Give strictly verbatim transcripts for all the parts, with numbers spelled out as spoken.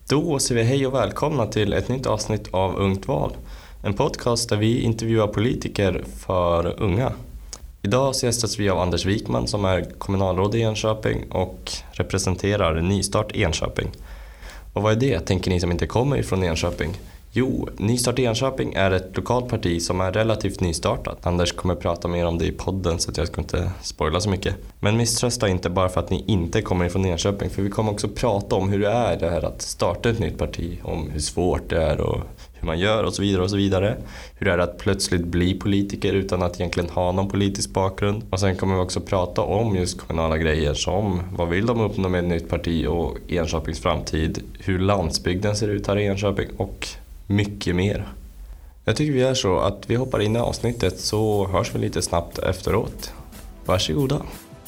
Då säger vi hej och välkomna till ett nytt avsnitt av Ungt val. En podcast där vi intervjuar politiker för unga. Idag gästas vi av Anders Wikman som är kommunalråd i Enköping och representerar Nystart Enköping. Och vad är det, tänker ni som inte kommer ifrån Enköping? Jo, Nystart Enköping är ett lokalt parti som är relativt nystartat. Anders kommer prata mer om det i podden så att jag ska inte spoila så mycket. Men misströsta inte bara för att ni inte kommer ifrån Enköping, för vi kommer också prata om hur det är det här att starta ett nytt parti, om hur svårt det är och hur man gör och så vidare och så vidare. Hur det är att plötsligt bli politiker utan att egentligen ha någon politisk bakgrund. Och sen kommer vi också prata om just kommunala grejer som vad vill de uppnå med ett nytt parti och Enköpings framtid, hur landsbygden ser ut här i Enköping och mycket mer. Jag tycker vi gör så att vi hoppar in i avsnittet så hörs vi lite snabbt efteråt. Varsågoda.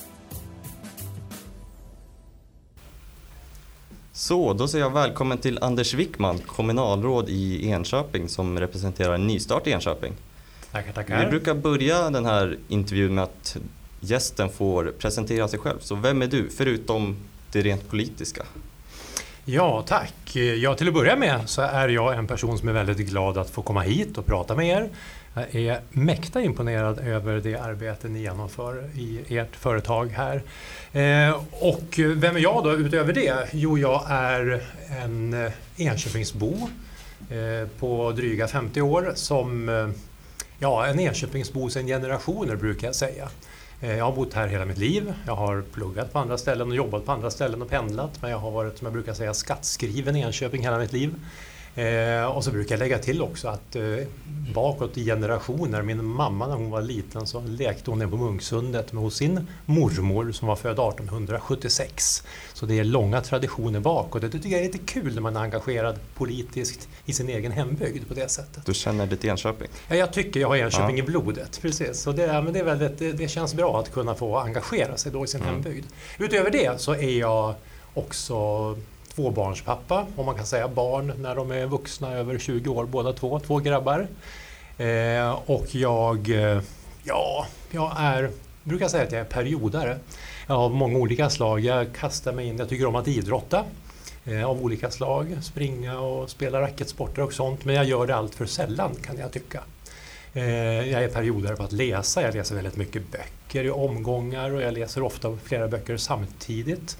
Så, då säger jag välkommen till Anders Wikman, kommunalråd i Enköping som representerar Nystart Enköping. Tackar, tackar. Vi brukar börja den här intervjun med att gästen får presentera sig själv. Så vem är du, förutom det rent politiska? Ja, tack. Ja, till att börja med så är jag en person som är väldigt glad att få komma hit och prata med er. Jag är mäkta imponerad över det arbete ni genomför i ert företag här. Eh, och vem är jag då utöver det? Jo, jag är en Enköpingsbo eh, på dryga femtio år som eh, ja, en Enköpingsbo sedan generationer brukar jag säga. Jag har bott här hela mitt liv. Jag har pluggat på andra ställen och jobbat på andra ställen och pendlat. Men jag har varit, som jag brukar säga, skattskriven i Enköping hela mitt liv. Eh, och så brukar jag lägga till också att eh, bakåt i generationer, min mamma när hon var liten så lekte hon ner på Munksundet med hos sin mormor som var född arton sjuttiosex. Så det är långa traditioner bakåt. Det tycker jag är lite kul när man är engagerad politiskt i sin egen hembygd på det sättet. Du känner ditt Enköping? Ja, jag tycker jag har Enköping ja. i blodet, precis. Så det, men det, är väldigt, det, det känns bra att kunna få engagera sig då i sin mm. hembygd. Utöver det så är jag också tvåbarnspappa, om man kan säga barn när de är vuxna över tjugo år, båda två, två grabbar. Eh, och jag, ja, jag är, brukar säga att jag är periodare. Jag har många olika slag. Jag kastar mig in, jag tycker om att idrotta eh, av olika slag, springa och spela racketsporter och sånt, men jag gör det allt för sällan kan jag tycka. Eh, jag är periodare på att läsa, jag läser väldigt mycket böcker i omgångar och jag läser ofta flera böcker samtidigt.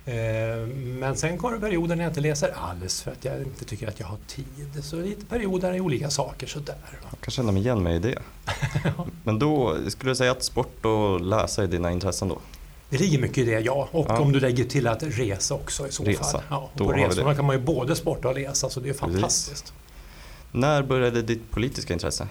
Men sen kommer det perioder när jag inte läser alls för att jag inte tycker att jag har tid. Så lite perioder är olika saker sådär. Jag kan känna mig igen mig i det. Men då skulle du säga att sport och läsa är dina intressen då? Det ligger mycket i det, ja. Och ja. Om du lägger till att resa också i så resa. fall. Ja, då på resorna kan man ju både sporta och läsa så det är fantastiskt. Precis. När började ditt politiska intresse?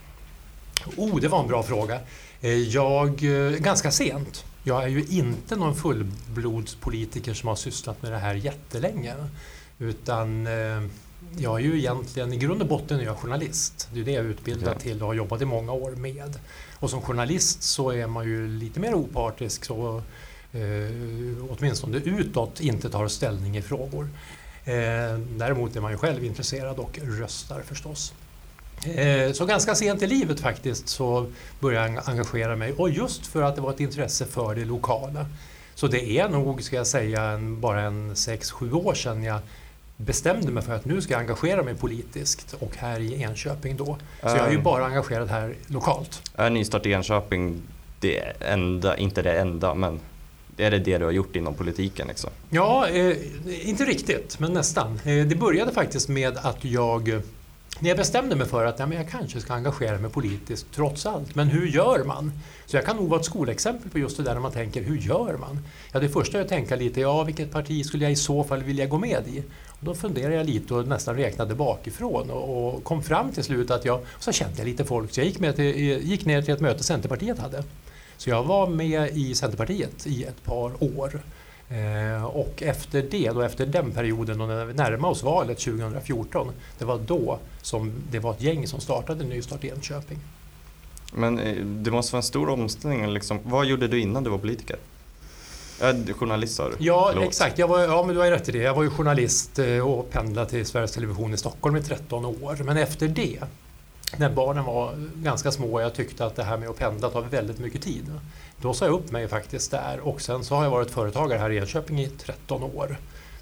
Oh, det var en bra fråga. Jag, ganska sent. Jag är ju inte någon fullblodspolitiker som har sysslat med det här jättelänge. Utan eh, jag är ju egentligen, i grund och botten är jag journalist. Det är det jag är utbildad ja. till och har jobbat i många år med. Och som journalist så är man ju lite mer opartisk så eh, åtminstone utåt inte tar ställning i frågor. Eh, däremot är man ju själv intresserad och röstar förstås. Så ganska sent i livet faktiskt så började jag engagera mig och just för att det var ett intresse för det lokala. Så det är nog, ska jag säga, en, bara en sex sju år sedan jag bestämde mig för att nu ska jag engagera mig politiskt och här i Enköping då. Så jag är ju bara engagerad här lokalt. Är Nystart Enköping det enda, inte det enda, men är det det du har gjort inom politiken liksom? Ja, eh, inte riktigt, men nästan. Eh, det började faktiskt med att jag när jag bestämde mig för att ja, men jag kanske ska engagera mig politiskt trots allt. Men hur gör man? Så jag kan nog vara ett skolexempel på just det där när man tänker, hur gör man? Ja, det första jag tänker lite, ja vilket parti skulle jag i så fall vilja gå med i? Och då funderade jag lite och nästan räknade bakifrån och, och kom fram till slut att jag, så kände jag lite folk så jag gick, med till, gick ner till ett möte Centerpartiet hade. Så jag var med i Centerpartiet i ett par år. Eh, och efter det, då efter den perioden och när vi närmade oss valet tjugo fjorton, det var då som det var ett gäng som startade Nystart Enköping. Men eh, det måste vara en stor omställning liksom. Vad gjorde du innan du var politiker? Äh, journalist sa du? Ja, Förlåt. exakt. Jag var, ja, men du har rätt i det. Jag var ju journalist och pendlade till Sveriges Television i Stockholm i tretton år. Men efter det, när barnen var ganska små och jag tyckte att det här med att pendla tar väldigt mycket tid. Då sa jag upp mig faktiskt där och sen så har jag varit företagare här i Enköping i tretton år.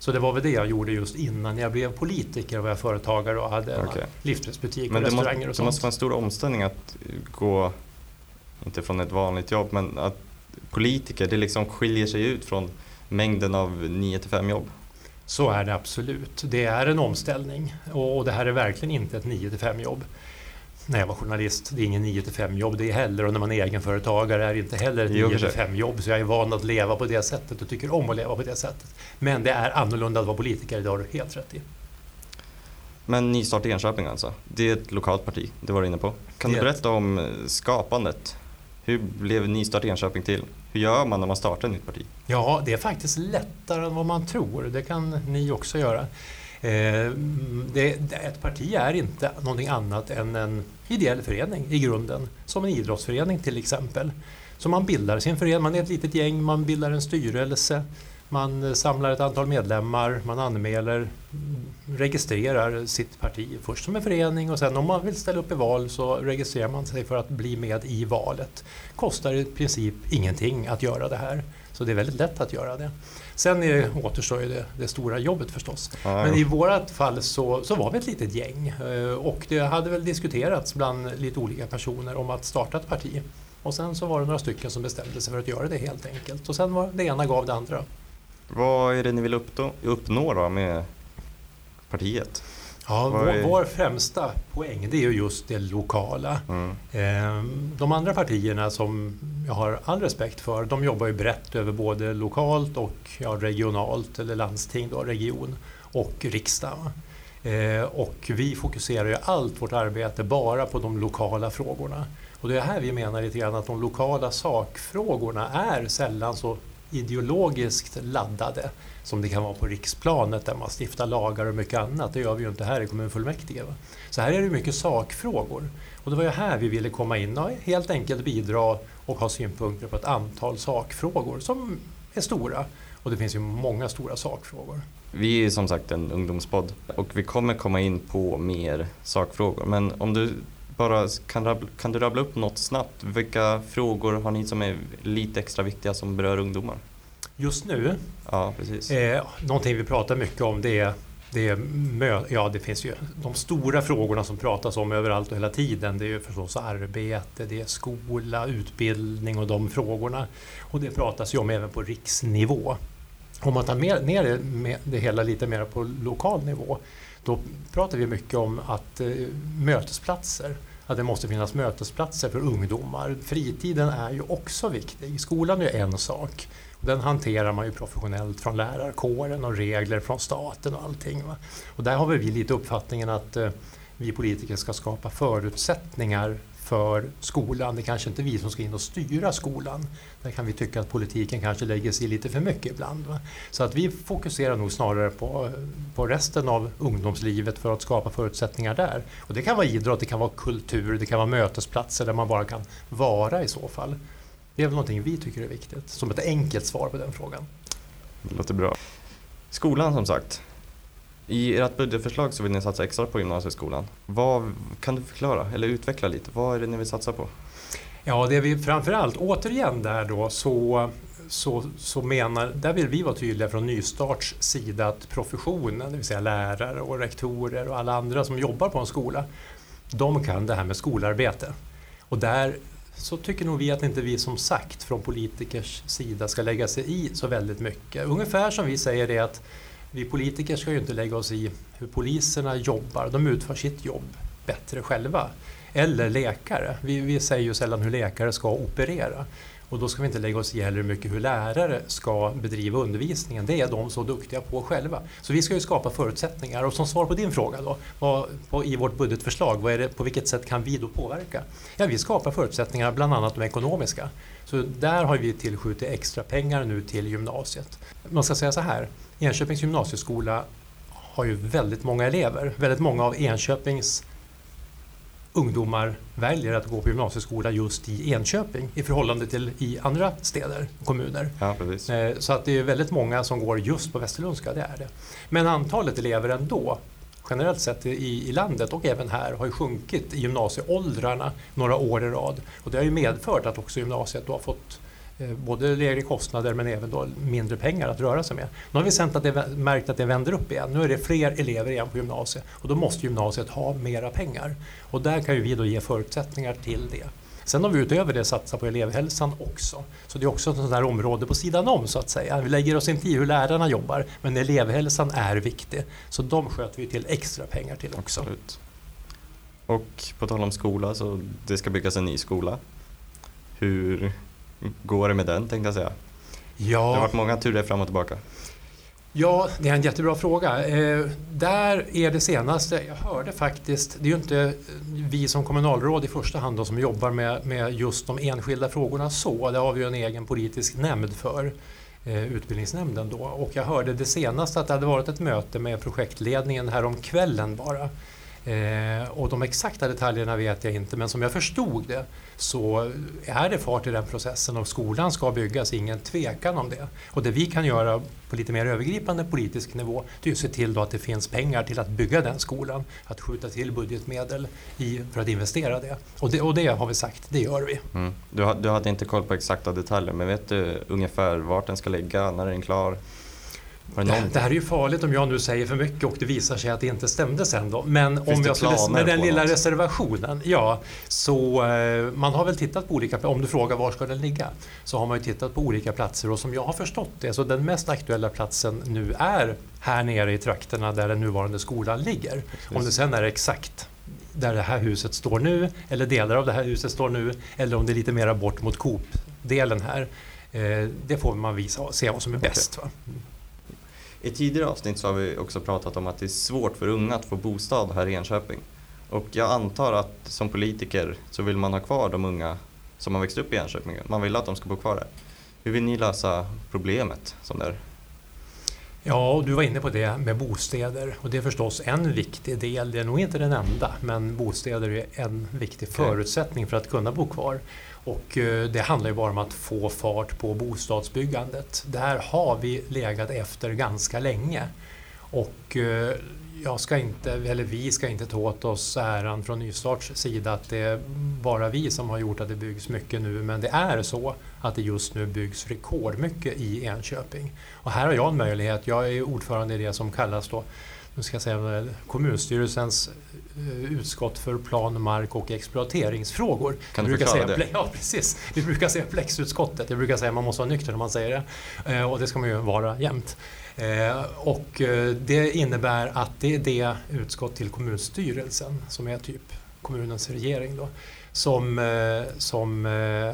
Så det var väl det jag gjorde just innan jag blev politiker, var jag företagare och hade en okay. livsmedelsbutik och men restauranger måste, och sånt. Det måste vara en stor omställning att gå, inte från ett vanligt jobb, men att politiker, det liksom skiljer sig ut från mängden av nio till fem jobb. Så är det absolut. Det är en omställning och det här är verkligen inte ett nio till fem jobb. När jag var journalist, det är ingen nio till fem jobb det är heller, och när man är egenföretagare är det inte heller ett nio till fem jobb, så jag är van att leva på det sättet och tycker om att leva på det sättet. Men det är annorlunda att vara politiker, det har du helt rätt i. Men Nystart Enköping alltså, det är ett lokalt parti, det var du inne på. Kan det du berätta om skapandet? Hur blev Nystart Enköping till? Hur gör man när man startar ett nytt parti? Ja, det är faktiskt lättare än vad man tror, det kan ni också göra. Eh, det, ett parti är inte någonting annat än en ideell förening i grunden, som en idrottsförening till exempel. Så man bildar sin förening, man är ett litet gäng, man bildar en styrelse, man samlar ett antal medlemmar, man anmäler, registrerar sitt parti först som en förening, och sen om man vill ställa upp i val så registrerar man sig för att bli med i valet. Kostar i princip ingenting att göra det här, så det är väldigt lätt att göra det. Sen är, återstår ju det, det stora jobbet förstås. Ja, men i vårat fall så, så var vi ett litet gäng, och det hade väl diskuterats bland lite olika personer om att starta ett parti. Och sen så var det några stycken som bestämde sig för att göra det helt enkelt. Och sen var det ena gav det andra. Vad är det ni vill uppnå, uppnå då med partiet? Ja, vår, är... vår främsta poäng, det är ju just det lokala. Mm. De andra partierna som jag har all respekt för, de jobbar ju brett över både lokalt och ja, regionalt, eller landsting då, region och riksdag. Och vi fokuserar ju allt vårt arbete bara på de lokala frågorna. Och det är här vi menar lite grann att de lokala sakfrågorna är sällan så ideologiskt laddade som det kan vara på riksplanet där man stiftar lagar och mycket annat. Det gör vi ju inte här i kommunfullmäktige. Va? Så här är det mycket sakfrågor. Och det var ju här vi ville komma in och helt enkelt bidra och ha synpunkter på ett antal sakfrågor som är stora. Och det finns ju många stora sakfrågor. Vi är som sagt en ungdomspodd och vi kommer komma in på mer sakfrågor. Men om du bara kan, rabbla, kan du rabbla upp något snabbt? Vilka frågor har ni som är lite extra viktiga som berör ungdomar? Just nu? Ja, precis. Eh, någonting vi pratar mycket om det är, det är mö- ja, det finns ju de stora frågorna som pratas om överallt och hela tiden. Det är ju förstås arbete, det är skola, utbildning och de frågorna. Och det pratas ju om även på riksnivå. Om man tar mer, ner det, med det hela lite mer på lokal nivå, då pratar vi mycket om att eh, mötesplatser, att det måste finnas mötesplatser för ungdomar. Fritiden är ju också viktig. Skolan är ju en sak. Den hanterar man ju professionellt från lärarkåren och regler från staten och allting. Va? Och där har vi lite uppfattningen att eh, vi politiker ska skapa förutsättningar för skolan. Det är kanske inte vi som ska in och styra skolan. Där kan vi tycka att politiken kanske lägger sig lite för mycket ibland. Va? Så att vi fokuserar nog snarare på, på resten av ungdomslivet för att skapa förutsättningar där. Och det kan vara idrott, det kan vara kultur, det kan vara mötesplatser där man bara kan vara i så fall. Det är väl någonting vi tycker är viktigt, som ett enkelt svar på den frågan. Det låter bra. Skolan som sagt. I ert budgetförslag så vill ni satsa extra på gymnasieskolan. Vad kan du förklara eller utveckla lite? Vad är det ni vill satsa på? Ja, det vi framförallt, återigen där då, så, så, så menar, där vill vi vara tydliga från Nystarts sida att professionen, det vill säga lärare och rektorer och alla andra som jobbar på en skola, de kan det här med skolarbete. Och där så tycker nog vi att inte vi som sagt från politikers sida ska lägga sig i så väldigt mycket. Ungefär som vi säger det att vi politiker ska ju inte lägga oss i hur poliserna jobbar. De utför sitt jobb bättre själva. Eller läkare. Vi, vi säger ju sällan hur läkare ska operera. Och då ska vi inte lägga oss i heller hur mycket hur lärare ska bedriva undervisningen. Det är de så duktiga på själva. Så vi ska ju skapa förutsättningar. Och som svar på din fråga då, vad, på, i vårt budgetförslag, vad är det, på vilket sätt kan vi då påverka? Ja, vi skapar förutsättningar, bland annat de ekonomiska. Så där har vi tillskjutit extra pengar nu till gymnasiet. Man ska säga så här, Enköpings gymnasieskola har ju väldigt många elever. Väldigt många av Enköpings ungdomar väljer att gå på gymnasieskola just i Enköping i förhållande till i andra städer och kommuner. Ja, precis. Så att det är väldigt många som går just på Västerlundska, det är det. Men antalet elever ändå, generellt sett i, i landet och även här, har ju sjunkit i gymnasieåldrarna några år i rad. Och det har ju medfört att också gymnasiet då har fått både lägre kostnader men även då mindre pengar att röra sig med. Nu har vi sett att det, märkt att det vänder upp igen. Nu är det fler elever igen på gymnasiet och då måste gymnasiet ha mera pengar. Och där kan ju vi då ge förutsättningar till det. Sen har vi utöver det satsat på elevhälsan också. Så det är också ett sånt där område på sidan om så att säga. Vi lägger oss inte i hur lärarna jobbar, men elevhälsan är viktig. Så de sköter vi till extra pengar till också. Absolut. Och på tal om skola, så det ska byggas en ny skola. Hur går det med den, tänkte jag säga? Ja. Det har varit många turer fram och tillbaka. Ja, det är en jättebra fråga. Eh, där är det senaste, jag hörde faktiskt, det är ju inte vi som kommunalråd i första hand då, som jobbar med, med just de enskilda frågorna så. Det har vi ju en egen politisk nämnd för, eh, utbildningsnämnden då. Och jag hörde det senaste att det hade varit ett möte med projektledningen här om kvällen bara. Eh, och de exakta detaljerna vet jag inte, men som jag förstod det så är det fart i den processen och skolan ska byggas, ingen tvekan om det. Och det vi kan göra på lite mer övergripande politisk nivå, det är att se till då att det finns pengar till att bygga den skolan, att skjuta till budgetmedel i, för att investera det. Och, det. och det har vi sagt, det gör vi. Mm. Du, du hade inte koll på exakta detaljer, men vet du ungefär vart den ska ligga, när den är klar? Det, det här är ju farligt om jag nu säger för mycket och det visar sig att det inte stämde sen då. Men Finns om jag skulle, med den lilla något? reservationen, ja, så eh, man har väl tittat på olika, om du frågar var ska den ligga, så har man ju tittat på olika platser och som jag har förstått det, så den mest aktuella platsen nu är här nere i trakterna där den nuvarande skolan ligger. Precis. Om det sen är exakt där det här huset står nu, eller delar av det här huset står nu, eller om det är lite mera bort mot Coop-delen här, eh, det får man visa, se vad som är bäst. Va? Mm. I tidigare avsnitt så har vi också pratat om att det är svårt för unga att få bostad här i Enköping. Och jag antar att som politiker så vill man ha kvar de unga som har växt upp i Enköping. Man vill att de ska bo kvar här. Hur vill ni lösa problemet som där? Ja, och du var inne på det med bostäder och det är förstås en viktig del, det är nog inte den enda, men bostäder är en viktig förutsättning för att kunna bo kvar. Och eh, det handlar ju bara om att få fart på bostadsbyggandet. Där har vi legat efter ganska länge och eh, jag ska inte, eller vi ska inte ta åt oss äran från Nystarts sida att det är bara vi som har gjort att det byggs mycket nu, men det är så att det just nu byggs rekordmycket i Enköping. Och här har jag en möjlighet, jag är ordförande i det som kallas då, nu ska jag säga, kommunstyrelsens utskott för plan-, mark- och exploateringsfrågor. Kan du brukar förklara säga, det? Ja, precis. Vi brukar säga plexutskottet. Jag brukar säga att man måste vara nykter när man säger det. Och det ska man ju vara jämt. Och det innebär att det är det utskott till kommunstyrelsen som är typ kommunens regering då, som, som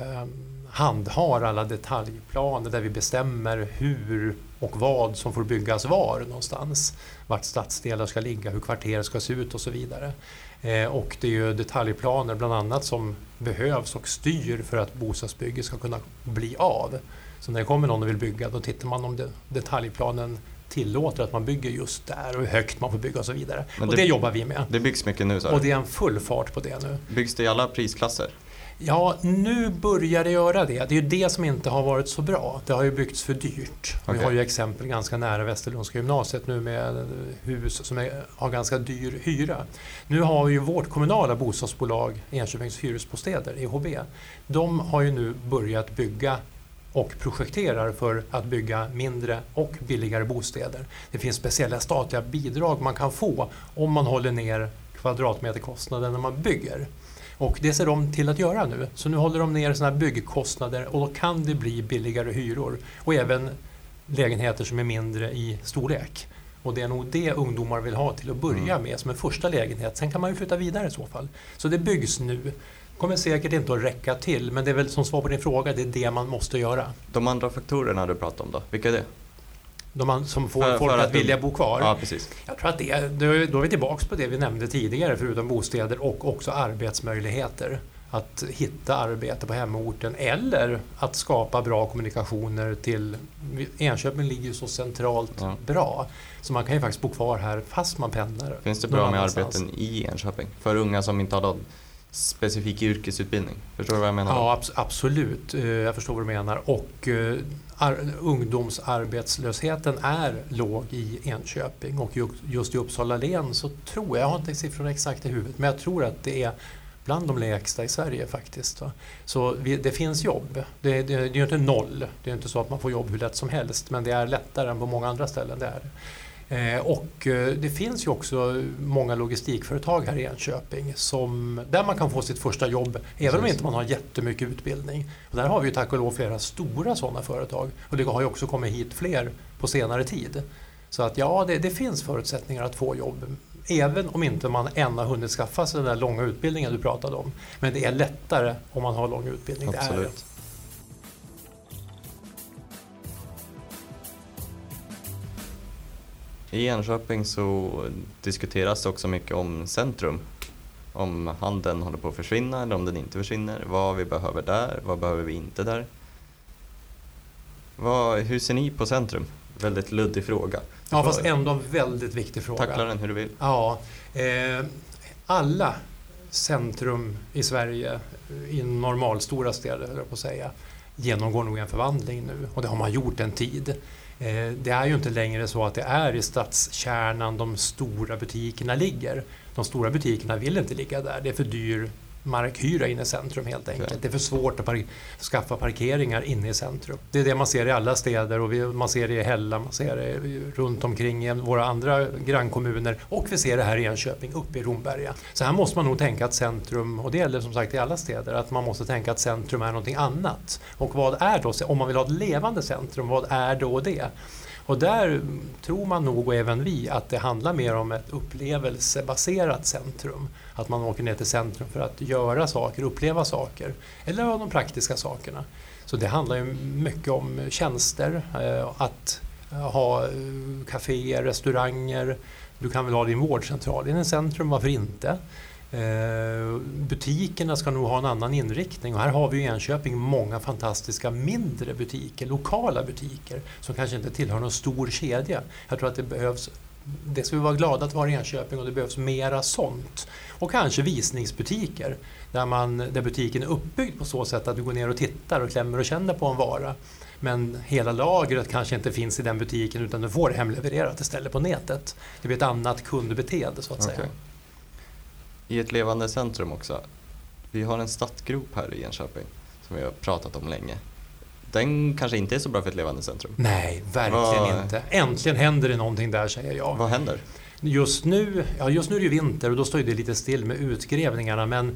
handhar alla detaljplaner där vi bestämmer hur och vad som får byggas var någonstans, vart stadsdelar ska ligga, hur kvarter ska se ut och så vidare. Eh, och det är ju detaljplaner bland annat som behövs och styr för att bostadsbygget ska kunna bli av. Så när det kommer någon och vill bygga, då tittar man om det, detaljplanen tillåter att man bygger just där och hur högt man får bygga och så vidare. Men och det, det jobbar vi med. Det byggs mycket nu, så. Och det är en full fart på det nu. Byggs det i alla prisklasser? Ja, nu börjar det göra det. Det är ju det som inte har varit så bra. Det har ju byggts för dyrt. Okay. Vi har ju exempel ganska nära Västerlundska gymnasiet nu med hus som är, har ganska dyr hyra. Nu har vi ju vårt kommunala bostadsbolag Enköpings hyresbostäder, E H B. De har ju nu börjat bygga och projekterar för att bygga mindre och billigare bostäder. Det finns speciella statliga bidrag man kan få om man håller ner kvadratmeterkostnaden när man bygger. Och det ser de till att göra nu. Så nu håller de ner såna här byggkostnader och då kan det bli billigare hyror. Och även lägenheter som är mindre i storlek. Och det är nog det ungdomar vill ha till att börja med som en första lägenhet. Sen kan man ju flytta vidare i så fall. Så det byggs nu. Kommer säkert inte att räcka till, men det är väl som svar på din fråga, det är det man måste göra. De andra faktorerna du pratar om då, vilka är det? De man, som får för, folk för att, att vilja du... bo kvar. Ja, precis. Jag tror att det, då är vi tillbaka på det vi nämnde tidigare, förutom bostäder och också arbetsmöjligheter. Att hitta arbete på hemorten eller att skapa bra kommunikationer till... Enköping ligger ju så centralt ja. bra. Så man kan ju faktiskt bo kvar här fast man pendlar. Finns det bra med arbeten i Enköping? För unga som inte har någon specifik yrkesutbildning? Förstår du vad jag menar? Ja, ab- absolut. Jag förstår vad du menar. Och uh, ar- ungdomsarbetslösheten är låg i Enköping. Och ju- just i Uppsala län så tror jag, jag har inte siffrorna exakt i huvudet, men jag tror att det är bland de lägsta i Sverige faktiskt. Va? Så vi, det finns jobb. Det, det, det är ju inte noll. Det är inte så att man får jobb hur lätt som helst, men det är lättare än på många andra ställen. Det är. Eh, och eh, det finns ju också många logistikföretag här i Enköping som, där man kan få sitt första jobb även om inte man har jättemycket utbildning. Och där har vi ju tack och lov flera stora sådana företag, och det har ju också kommit hit fler på senare tid. Så att ja, det, det finns förutsättningar att få jobb även om inte man än har hunnit skaffa sig den där långa utbildningen du pratade om. Men det är lättare om man har lång utbildning. Absolut. Det är det. I Enköping så diskuteras det också mycket om centrum. Om handeln håller på att försvinna eller om den inte försvinner. Vad vi behöver där, vad behöver vi inte där. Vad, hur ser ni på centrum? Väldigt luddig fråga. Ja, fast ändå en väldigt viktig fråga. Tackla den hur du vill. Ja, eh, alla centrum i Sverige, i normalstora städer höll jag på att säga, genomgår nog en förvandling nu. Och det har man gjort en tid. Eh, det är ju inte längre så att det är i stadskärnan de stora butikerna ligger. De stora butikerna vill inte ligga där. Det är för dyr markhyra inne i centrum helt enkelt. Okay. Det är för svårt att par- skaffa parkeringar inne i centrum. Det är det man ser i alla städer, och vi, man ser det i Hälla, man ser det runt omkring i våra andra grannkommuner, och vi ser det här i Enköping uppe i Romberga. Så här måste man nog tänka att centrum, och det gäller som sagt i alla städer, att man måste tänka att centrum är någonting annat. Och vad är då, om man vill ha ett levande centrum, vad är då det? Och där tror man nog, och även vi, att det handlar mer om ett upplevelsebaserat centrum. Att man åker ner till centrum för att göra saker, uppleva saker, eller av de praktiska sakerna. Så det handlar ju mycket om tjänster, att ha kaféer, restauranger. Du kan väl ha din vårdcentral i en centrum, varför inte? Butikerna ska nog ha en annan inriktning, och här har vi i Enköping många fantastiska mindre butiker, lokala butiker som kanske inte tillhör någon stor kedja. Jag tror att det behövs, det ska vi vara glada att vara i Enköping, och det behövs mera sånt. Och kanske visningsbutiker där, man, där butiken är uppbyggd på så sätt att du går ner och tittar och klämmer och känner på en vara. Men hela lagret kanske inte finns i den butiken, utan du får hemlevererat istället på nätet. Det blir ett annat kundbeteende så att okay. säga. I ett levande centrum också. Vi har en startgrop här i Enköping som vi har pratat om länge. Den kanske inte är så bra för ett levande centrum. Nej, verkligen Vad... inte. Äntligen händer det någonting där, säger jag. Vad händer? Just nu, ja, just nu är det ju vinter, och då står det lite still med utgrävningarna. Men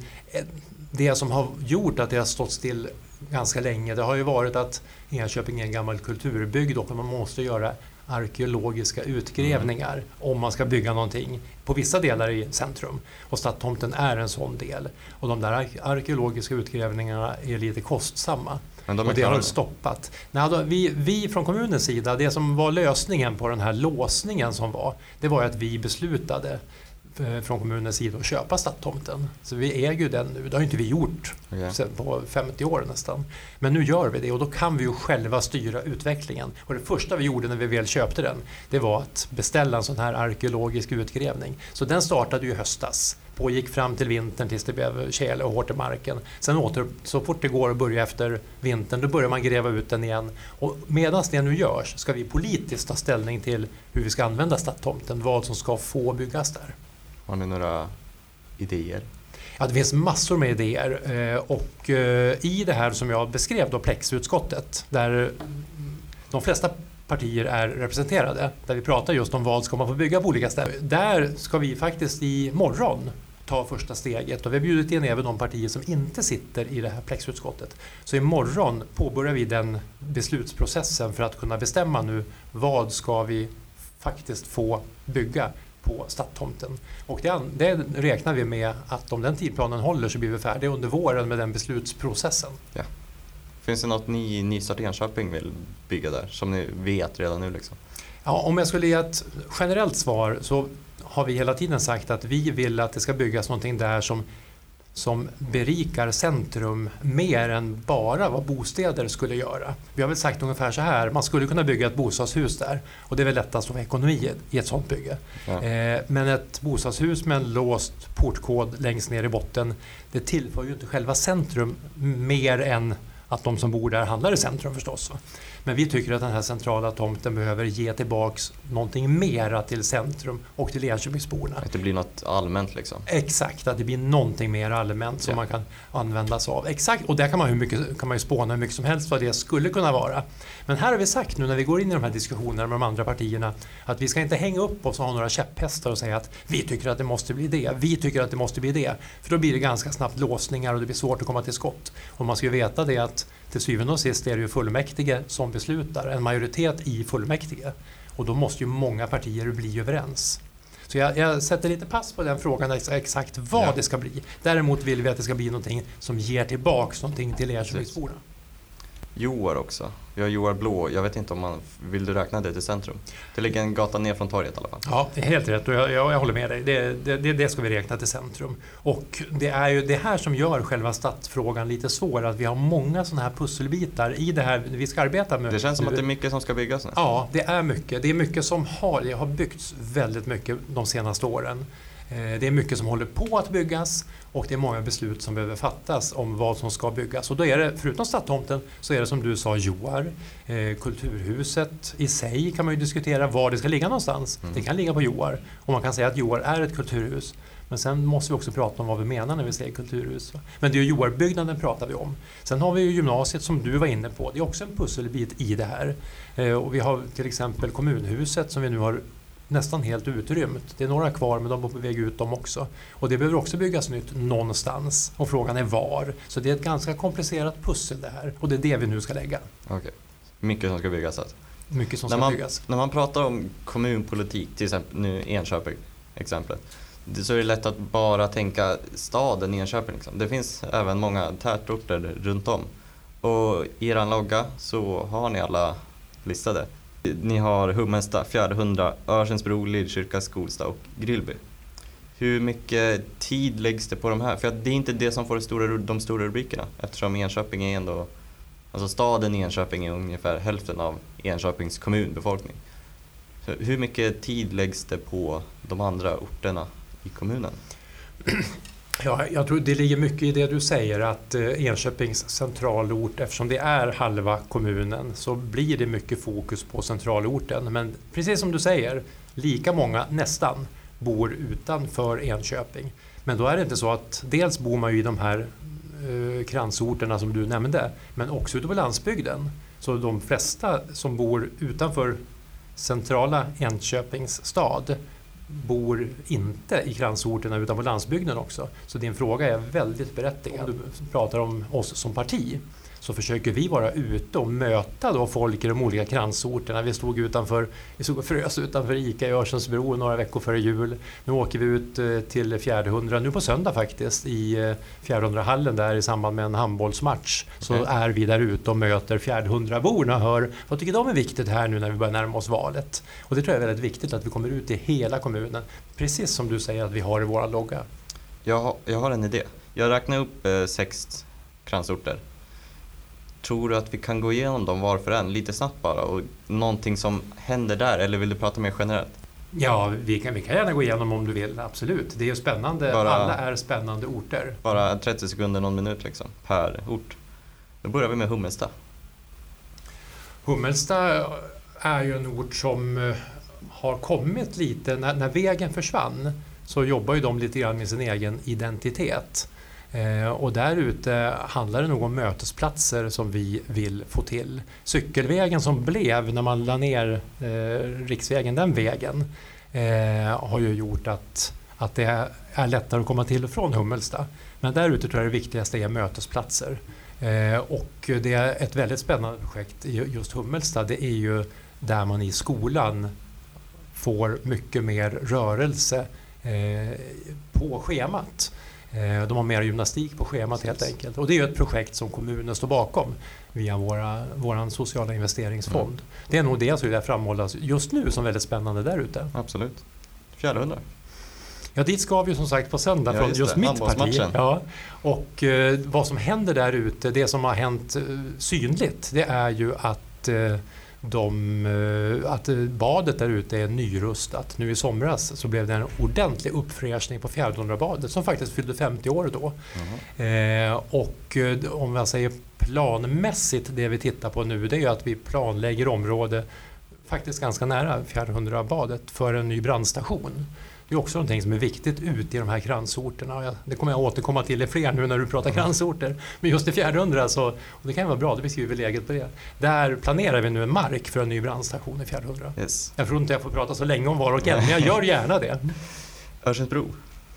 det som har gjort att det har stått still ganska länge, det har ju varit att Enköping är en gammal kulturbygd, och man måste göra arkeologiska utgrävningar mm. om man ska bygga någonting på vissa delar i centrum. Och Stadtomten är en sån del. Och de där arkeologiska utgrävningarna är lite kostsamma. Men de och det har de stoppat. Nej, då, vi, vi från kommunens sida, det som var lösningen på den här låsningen som var, det var att vi beslutade från kommunens sida att köpa Stadtomten. Så vi äger ju den nu. Det har inte vi gjort okay. sedan på femtio år nästan. Men nu gör vi det, och då kan vi ju själva styra utvecklingen. Och det första vi gjorde när vi väl köpte den, det var att beställa en sån här arkeologisk utgrävning. Så den startade ju i höstas. Pågick fram till vintern tills det blev tjäle och hårt i marken. Sen åter, så fort det går att börja efter vintern, då börjar man gräva ut den igen. Och medan det nu görs ska vi politiskt ta ställning till hur vi ska använda Stadtomten, vad som ska få byggas där. Har ni några idéer? Ja, det finns massor med idéer, och i det här som jag beskrev då, plexutskottet, där de flesta partier är representerade, där vi pratar just om vad ska man få bygga på olika ställen. Där ska vi faktiskt i morgon ta första steget, och vi har bjudit in även de partier som inte sitter i det här plexutskottet. Så imorgon påbörjar vi den beslutsprocessen för att kunna bestämma nu vad ska vi faktiskt få bygga på Stadtomten. Och det, det räknar vi med att om den tidplanen håller så blir vi färdiga under våren med den beslutsprocessen. Ja. Finns det något ni i Nystart Enköping vill bygga där som ni vet redan nu? Liksom? Ja, om jag skulle ge ett generellt svar så har vi hela tiden sagt att vi vill att det ska byggas någonting där som, som berikar centrum mer än bara vad bostäder skulle göra. Vi har väl sagt ungefär så här, man skulle kunna bygga ett bostadshus där, och det är väl lättast att få ekonomi i ett sådant bygge. Ja. Eh, men ett bostadshus med en låst portkod längst ner i botten, det tillför ju inte själva centrum mer än att de som bor där handlar i centrum förstås. Men vi tycker att den här centrala tomten behöver ge tillbaks någonting mera till centrum och till Enköpingsborna. Att det blir något allmänt liksom. Exakt, att det blir någonting mer allmänt som ja. man kan använda sig av. Exakt, och där kan man, hur mycket, kan man ju spåna hur mycket som helst vad det skulle kunna vara. Men här har vi sagt nu när vi går in i de här diskussionerna med de andra partierna att vi ska inte hänga upp oss och ha några käpphästar och säga att vi tycker att det måste bli det, vi tycker att det måste bli det. För då blir det ganska snabbt låsningar och det blir svårt att komma till skott. Och man ska ju veta det att till syvende och sist är det ju fullmäktige som beslutar, en majoritet i fullmäktige. Och då måste ju många partier bli överens. Så jag, jag sätter lite pass på den frågan exakt vad ja. det ska bli. Däremot vill vi att det ska bli någonting som ger tillbaks någonting till Enköpingsborna. Joar också. Vi har Joar Blå. Jag vet inte om man vill du räkna det till centrum. Det ligger en gata ner från torget i alla fall. Ja, det är helt rätt och jag, jag, jag håller med dig. Det, det, det ska vi räkna till centrum. Och det är ju det här som gör själva stadsfrågan lite svår. Att vi har många sådana här pusselbitar i det här vi ska arbeta med. Det känns som att det är mycket som ska byggas nästan. Ja, det är mycket. Det är mycket som har, det har byggts väldigt mycket de senaste åren. Det är mycket som håller på att byggas och det är många beslut som behöver fattas om vad som ska byggas. Och då är det, förutom stadtomten, så är det som du sa, Joar, eh, kulturhuset i sig kan man ju diskutera var det ska ligga någonstans. Mm. Det kan ligga på Joar och man kan säga att Joar är ett kulturhus. Men sen måste vi också prata om vad vi menar när vi säger kulturhus. Men det är ju Joarbyggnaden pratar vi om. Sen har vi ju gymnasiet som du var inne på. Det är också en pusselbit i det här. Eh, och vi har till exempel kommunhuset som vi nu har nästan helt utrymt. Det är några kvar men de är på väg ut dem också. Och det behöver också byggas nytt någonstans. Och frågan är var. Så det är ett ganska komplicerat pussel det här. Och det är det vi nu ska lägga. Okej. Okay. Mycket som ska byggas alltså. Mycket som när ska man, byggas. När man pratar om kommunpolitik, till exempel nu Enköping exemplet. Så är det lätt att bara tänka staden Enköping. Liksom. Det finns även många tätorter runt om. Och i er logga så har ni alla listade. Ni har Hummensta, Fjärdehundra, Örsundsbro, Lidkyrka, Skolsta och Grillby. Hur mycket tid läggs det på de här? För att det är inte det som får de stora, de stora rubrikerna. Eftersom Enköping är ändå... Alltså staden Enköping är ungefär hälften av Enköpings kommunbefolkning. Så hur mycket tid läggs det på de andra orterna i kommunen? Ja, jag tror det ligger mycket i det du säger att Enköpings centralort, eftersom det är halva kommunen så blir det mycket fokus på centralorten. Men precis som du säger, lika många nästan bor utanför Enköping. Men då är det inte så att dels bor man ju i de här eh, kransorterna som du nämnde, men också ute på landsbygden. Så de flesta som bor utanför centrala Enköpings stad bor inte i kransorterna utan på landsbygden också. Så din fråga är väldigt berättigad. Om du pratar om oss som parti så försöker vi vara ute och möta då folk i de olika kransorterna. Vi stod utanför, vi stod och frös utanför ICA i Örsundsbro några veckor före jul. Nu åker vi ut till Fjärdehundra, nu på söndag faktiskt, i Fjärdehundrahallen där i samband med en handbollsmatch. Så okay. är vi där ute och möter Fjärdehundraborna och hör vad tycker de är viktigt här nu när vi börjar närma oss valet. Och det tror jag är väldigt viktigt att vi kommer ut i hela kommunen. Precis som du säger att vi har i våra logga. Jag har, jag har en idé. Jag räknar upp eh, sex kransorter. Tror du att vi kan gå igenom dem var för en lite snabbt bara och någonting som händer där, eller vill du prata mer generellt? Ja, vi kan, vi kan gärna gå igenom om du vill, absolut. Det är ju spännande, bara, alla är spännande orter. Bara trettio sekunder, någon minut liksom, per ort. Då börjar vi med Hummelsta. Hummelsta är ju en ort som har kommit lite, när, när vägen försvann så jobbar ju de lite grann med sin egen identitet. Eh, och där ute handlar det nog om mötesplatser som vi vill få till. Cykelvägen som blev när man la ner eh, riksvägen, den vägen, eh, har ju gjort att, att det är lättare att komma till och från Hummelsta. Men där ute tror jag det viktigaste är mötesplatser. Eh, och det är ett väldigt spännande projekt i just Hummelsta. Det är ju där man i skolan får mycket mer rörelse eh, på schemat. De har mer gymnastik på schemat helt enkelt. Och det är ju ett projekt som kommunen står bakom via våra, våran sociala investeringsfond. Mm. Det är nog det som vill jag framhållas just nu som väldigt spännande där ute. Absolut. Fjärdehundra. Ja, dit ska vi ju som sagt på söndag ja, från just, just mitt parti. Ja. Och eh, vad som händer där ute, det som har hänt eh, synligt, det är ju att eh, de, att badet där ute är nyrustat. Nu i somras så blev det en ordentlig uppfräschning på Fjärdundrabadet som faktiskt fyllde femtio år då. Mm. Eh, och om man säger planmässigt, det vi tittar på nu, det är ju att vi planlägger område faktiskt ganska nära Fjärdundrabadet för en ny brandstation. Det är också någonting som är viktigt ute i de här kransorterna. Det kommer jag återkomma till i fler nu när du pratar kransorter. Men just i Fjärdundra, så, och det kan vara bra, det beskriver läget på det. Där planerar vi nu en mark för en ny brandstation i Fjärdundra. Yes. Jag tror inte jag får prata så länge om var och en, men jag gör gärna det. Örsundsbro.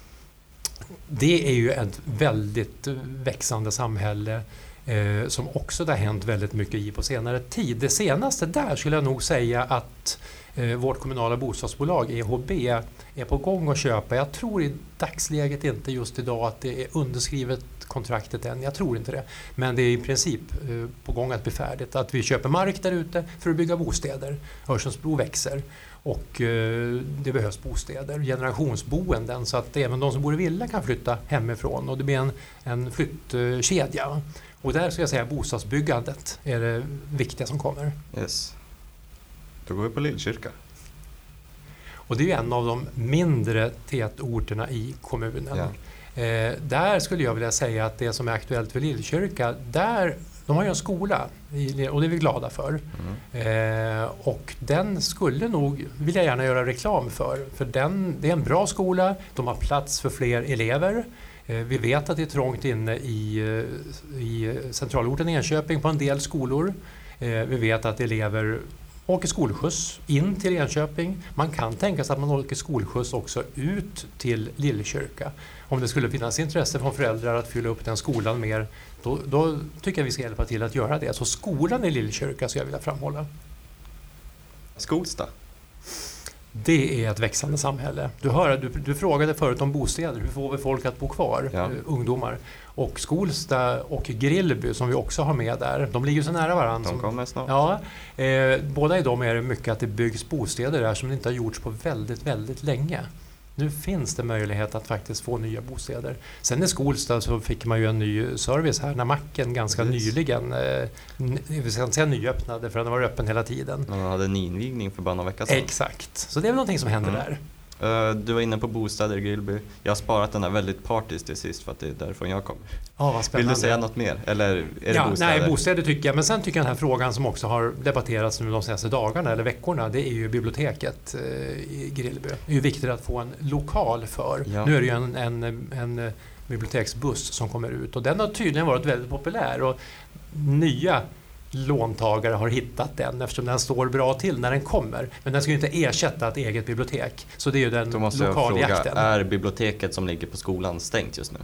Det är ju ett väldigt växande samhälle eh, som också det har hänt väldigt mycket i på senare tid. Det senaste där skulle jag nog säga att eh, vårt kommunala bostadsbolag E H B är på gång att köpa. Jag tror i dagsläget inte just idag att det är underskrivet kontraktet än. Jag tror inte det. Men det är i princip eh, på gång att bli färdigt. Att vi köper mark där ute för att bygga bostäder. Örsundsbro växer. Och eh, det behövs bostäder, generationsboenden, så att även de som bor i villa kan flytta hemifrån. Och det blir en, en flyttkedja. Och där ska jag säga bostadsbyggandet är det viktiga som kommer. Yes. Då går vi på Lillkyrka. Och det är ju en av de mindre tätorterna i kommunen. Ja. Eh, där skulle jag vilja säga att det som är aktuellt för Lillkyrka, där, de har ju en skola och det är vi glada för. Mm. Eh, och den skulle nog, vill jag gärna göra reklam för, för den, det är en bra skola, de har plats för fler elever. Eh, vi vet att det är trångt inne i, i centralorten Enköping på en del skolor. Eh, vi vet att elever åker skolskjuts in till Enköping. Man kan tänka sig att man åker skolskjuts också ut till Lillkyrka. Om det skulle finnas intresse från föräldrar att fylla upp den skolan mer, då, då tycker jag vi ska hjälpa till att göra det. Så skolan i Lillkyrka ska jag vilja framhålla. Skolsta? Det är ett växande samhälle. Du, hör, du, du frågade förut om bostäder. Hur får vi folk att bo kvar? Ja. Uh, ungdomar. Och Skolsta och Grillby som vi också har med där. De ligger så nära varandra. De kommer snart. Ja, eh, båda i dem är det mycket att det byggs bostäder där som inte har gjorts på väldigt, väldigt länge. Nu finns det möjlighet att faktiskt få nya bostäder. Sen i Skolsta så fick man ju en ny service här när macken ganska yes. nyligen, eh, vi ska inte säga nyöppnade för den var öppen hela tiden. Man hade en invigning för bara några veckor sedan. Exakt, så det är väl någonting som händer mm. där. Uh, du var inne på bostäder, Grillby. Jag har sparat den här väldigt partisk till sist för att det är därifrån jag kommer. Ja, vad spännande. Vill du säga något mer? Eller är det ja, bostäder? Nej, bostäder tycker jag. Men sen tycker jag den här frågan som också har debatterats nu de senaste dagarna eller veckorna, det är ju biblioteket eh, i Grillby. Det är ju viktigt att få en lokal för. Ja. Nu är det ju en, en, en biblioteksbuss som kommer ut och den har tydligen varit väldigt populär och nya låntagare har hittat den eftersom den står bra till när den kommer. Men den ska ju inte ersätta ett eget bibliotek. Så det är ju den Då måste lokaljakten. Jag fråga, är biblioteket som ligger på skolan stängt just nu?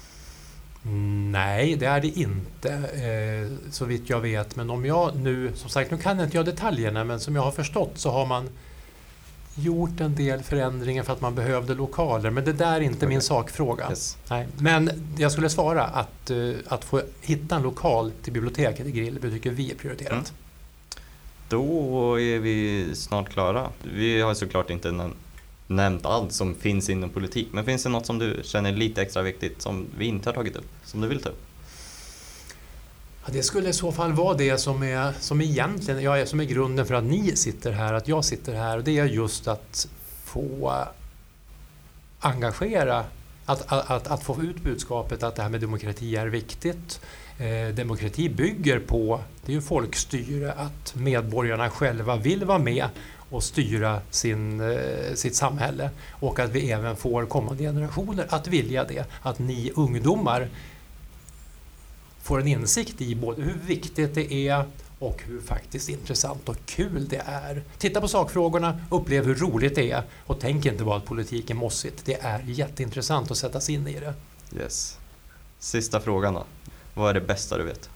Nej, det är det inte eh, så vitt jag vet. Men om jag nu, som sagt, nu kan jag inte jag detaljerna, men som jag har förstått så har man gjort en del förändringar för att man behövde lokaler. Men det där är inte okay. min sakfråga. Yes. Nej. Men jag skulle svara att, uh, att få hitta en lokal till biblioteket i Grillby tycker vi är prioriterat. Mm. Då är vi snart klara. Vi har såklart inte näm- nämnt allt som finns inom politik. Men finns det något som du känner lite extra viktigt som vi inte har tagit upp, som du vill ta upp? Ja, det skulle i så fall vara det som är, som egentligen ja, som är grunden för att ni sitter här, att jag sitter här. Och det är just att få engagera, att, att, att, att få ut budskapet att det här med demokrati är viktigt. Eh, demokrati bygger på, det är ju folkstyre, att medborgarna själva vill vara med och styra sin, eh, sitt samhälle. Och att vi även får kommande generationer att vilja det. Att ni ungdomar får en insikt i både hur viktigt det är och hur faktiskt intressant och kul det är. Titta på sakfrågorna, upplev hur roligt det är och tänk inte bara att politiken är mossigt. Det är jätteintressant att sätta sig in i det. Yes. Sista frågan då. Vad är det bästa du vet?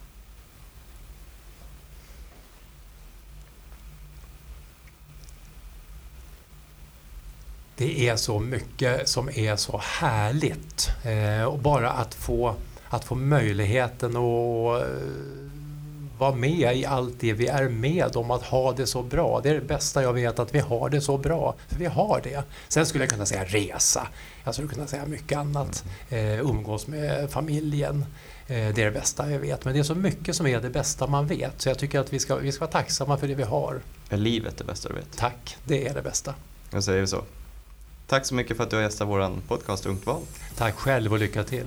Det är så mycket som är så härligt. Eh, och bara att få Att få möjligheten att vara med i allt det vi är med om, att ha det så bra. Det är det bästa jag vet, att vi har det så bra. För vi har det. Sen skulle jag kunna säga resa. Jag skulle kunna säga mycket annat. Eh, umgås med familjen. Eh, det är det bästa jag vet. Men det är så mycket som är det bästa man vet. Så jag tycker att vi ska, vi ska vara tacksamma för det vi har. Är livet det bästa du vet? Tack, det är det bästa. Jag säger så. Tack så mycket för att du har gästat vår podcast Ungt val. Tack själv och lycka till.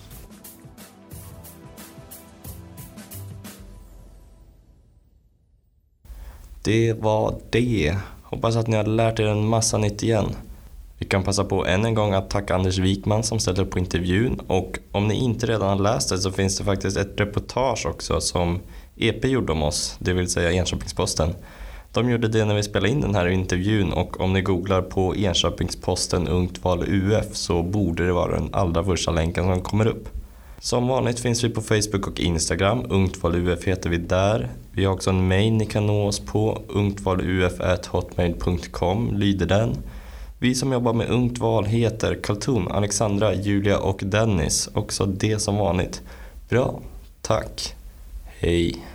Det var det. Hoppas att ni har lärt er en massa nytt igen. Vi kan passa på än en gång att tacka Anders Wikman som ställde upp på intervjun. Och om ni inte redan har läst det så finns det faktiskt ett reportage också som E P gjorde om oss, det vill säga Enköpingsposten. De gjorde det när vi spelade in den här intervjun, och om ni googlar på Enköpingsposten Ungt val U F så borde det vara den allra första länken som kommer upp. Som vanligt finns vi på Facebook och Instagram. Ungt val U F heter vi där. Vi har också en mail ni kan nå oss på. ungtvaluf at hotmail punkt com lyder den. Vi som jobbar med Ungt val heter Kaltun, Alexandra, Julia och Dennis. Också det som vanligt. Bra, tack. Hej.